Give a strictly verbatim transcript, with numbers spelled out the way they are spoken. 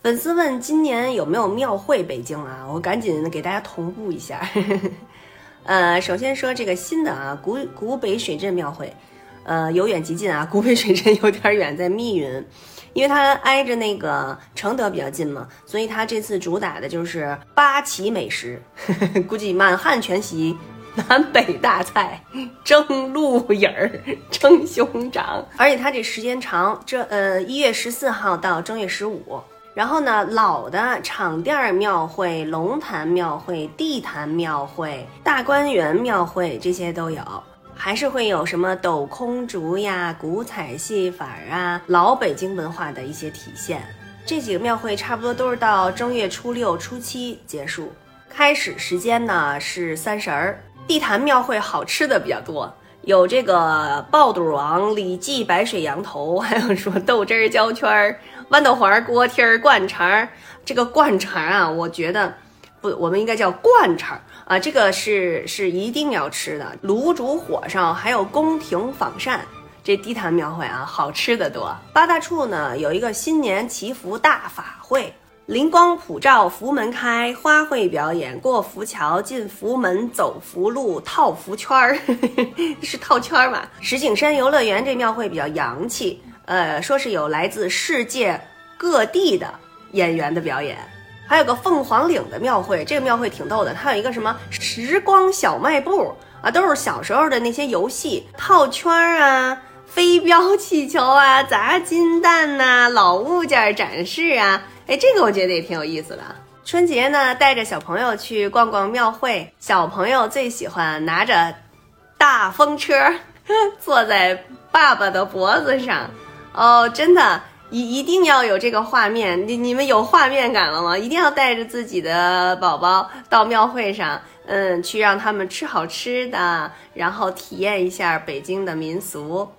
粉丝问今年有没有庙会北京啊？我赶紧给大家同步一下。呃，首先说这个新的啊，古古北水镇庙会，呃，由远及近啊，古北水镇有点远，在密云，因为它挨着那个承德比较近嘛，所以它这次主打的就是八旗美食，估计满汉全席。南北大菜，蒸鹿眼儿，蒸熊掌，而且它这时间长，这呃一月十四号到正月十五。然后呢，老的场店庙会、龙潭庙会、地坛庙会、大观园庙会这些都有，还是会有什么斗空竹呀、古彩戏法啊，老北京文化的一些体现。这几个庙会差不多都是到正月初六、初七结束，开始时间呢是三十儿。地坛庙会好吃的比较多，有这个爆肚王、李记白水羊头，还有说豆汁儿焦圈、豌豆黄、锅贴儿、灌肠。这个灌肠啊，我觉得不，我们应该叫灌肠啊，这个是是一定要吃的。炉煮火烧，还有宫廷仿膳。这地坛庙会啊，好吃的多。八大处呢有一个新年祈福大法会。灵光普照，福门开，花卉表演，过福桥，进福门，走福路，套福圈儿，是套圈儿嘛？石景山游乐园这庙会比较洋气，呃，说是有来自世界各地的演员的表演，还有个凤凰岭的庙会，这个庙会挺逗的，它有一个什么时光小卖部啊，都是小时候的那些游戏，套圈儿啊。飞镖气球啊，砸金蛋呐、啊，老物件展示啊，哎，这个我觉得也挺有意思的。春节呢，带着小朋友去逛逛庙会，小朋友最喜欢拿着大风车，坐在爸爸的脖子上。哦，真的，一一定要有这个画面，你你们有画面感了吗？一定要带着自己的宝宝到庙会上，嗯，去让他们吃好吃的，然后体验一下北京的民俗。